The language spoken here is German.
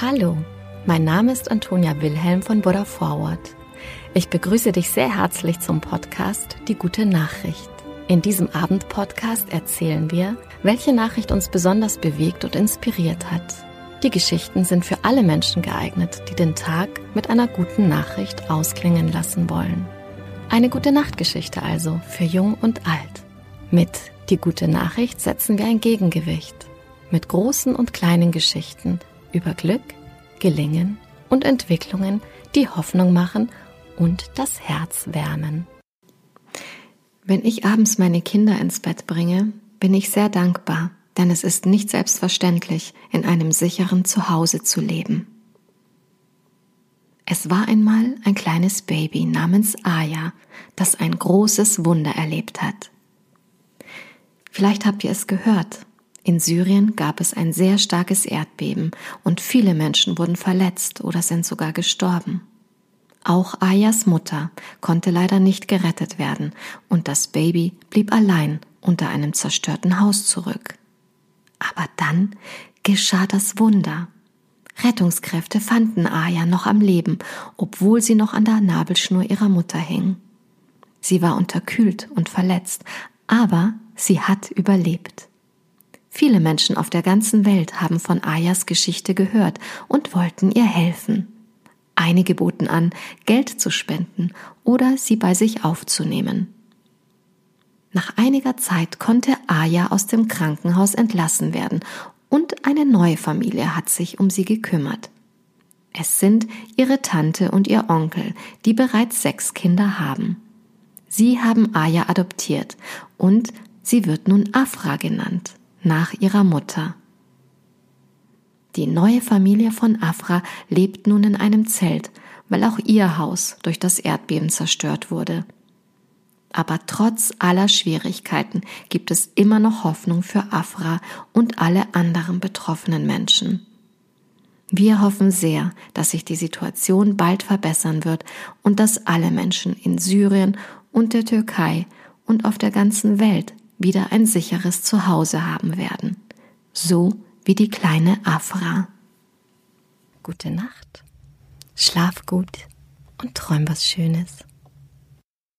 Hallo, mein Name ist Antonia Wilhelm von Buddha Forward. Ich begrüße dich sehr herzlich zum Podcast Die gute Nachricht. In diesem Abendpodcast erzählen wir, welche Nachricht uns besonders bewegt und inspiriert hat. Die Geschichten sind für alle Menschen geeignet, die den Tag mit einer guten Nachricht ausklingen lassen wollen. Eine gute Nachtgeschichte also für Jung und Alt. Mit Die gute Nachricht setzen wir ein Gegengewicht mit großen und kleinen Geschichten über Glück, Gelingen und Entwicklungen, die Hoffnung machen und das Herz wärmen. Wenn ich abends meine Kinder ins Bett bringe, bin ich sehr dankbar, denn es ist nicht selbstverständlich, in einem sicheren Zuhause zu leben. Es war einmal ein kleines Baby namens Aya, das ein großes Wunder erlebt hat. Vielleicht habt ihr es gehört. In Syrien gab es ein sehr starkes Erdbeben und viele Menschen wurden verletzt oder sind sogar gestorben. Auch Ayas Mutter konnte leider nicht gerettet werden und das Baby blieb allein unter einem zerstörten Haus zurück. Aber dann geschah das Wunder. Rettungskräfte fanden Aya noch am Leben, obwohl sie noch an der Nabelschnur ihrer Mutter hing. Sie war unterkühlt und verletzt, aber sie hat überlebt. Viele Menschen auf der ganzen Welt haben von Ayas Geschichte gehört und wollten ihr helfen. Einige boten an, Geld zu spenden oder sie bei sich aufzunehmen. Nach einiger Zeit konnte Aya aus dem Krankenhaus entlassen werden und eine neue Familie hat sich um sie gekümmert. Es sind ihre Tante und ihr Onkel, die bereits 6 Kinder haben. Sie haben Aya adoptiert und sie wird nun Afra genannt, nach ihrer Mutter. Die neue Familie von Afra lebt nun in einem Zelt, weil auch ihr Haus durch das Erdbeben zerstört wurde. Aber trotz aller Schwierigkeiten gibt es immer noch Hoffnung für Afra und alle anderen betroffenen Menschen. Wir hoffen sehr, dass sich die Situation bald verbessern wird und dass alle Menschen in Syrien und der Türkei und auf der ganzen Welt wieder ein sicheres Zuhause haben werden. So wie die kleine Afra. Gute Nacht, schlaf gut und träum was Schönes.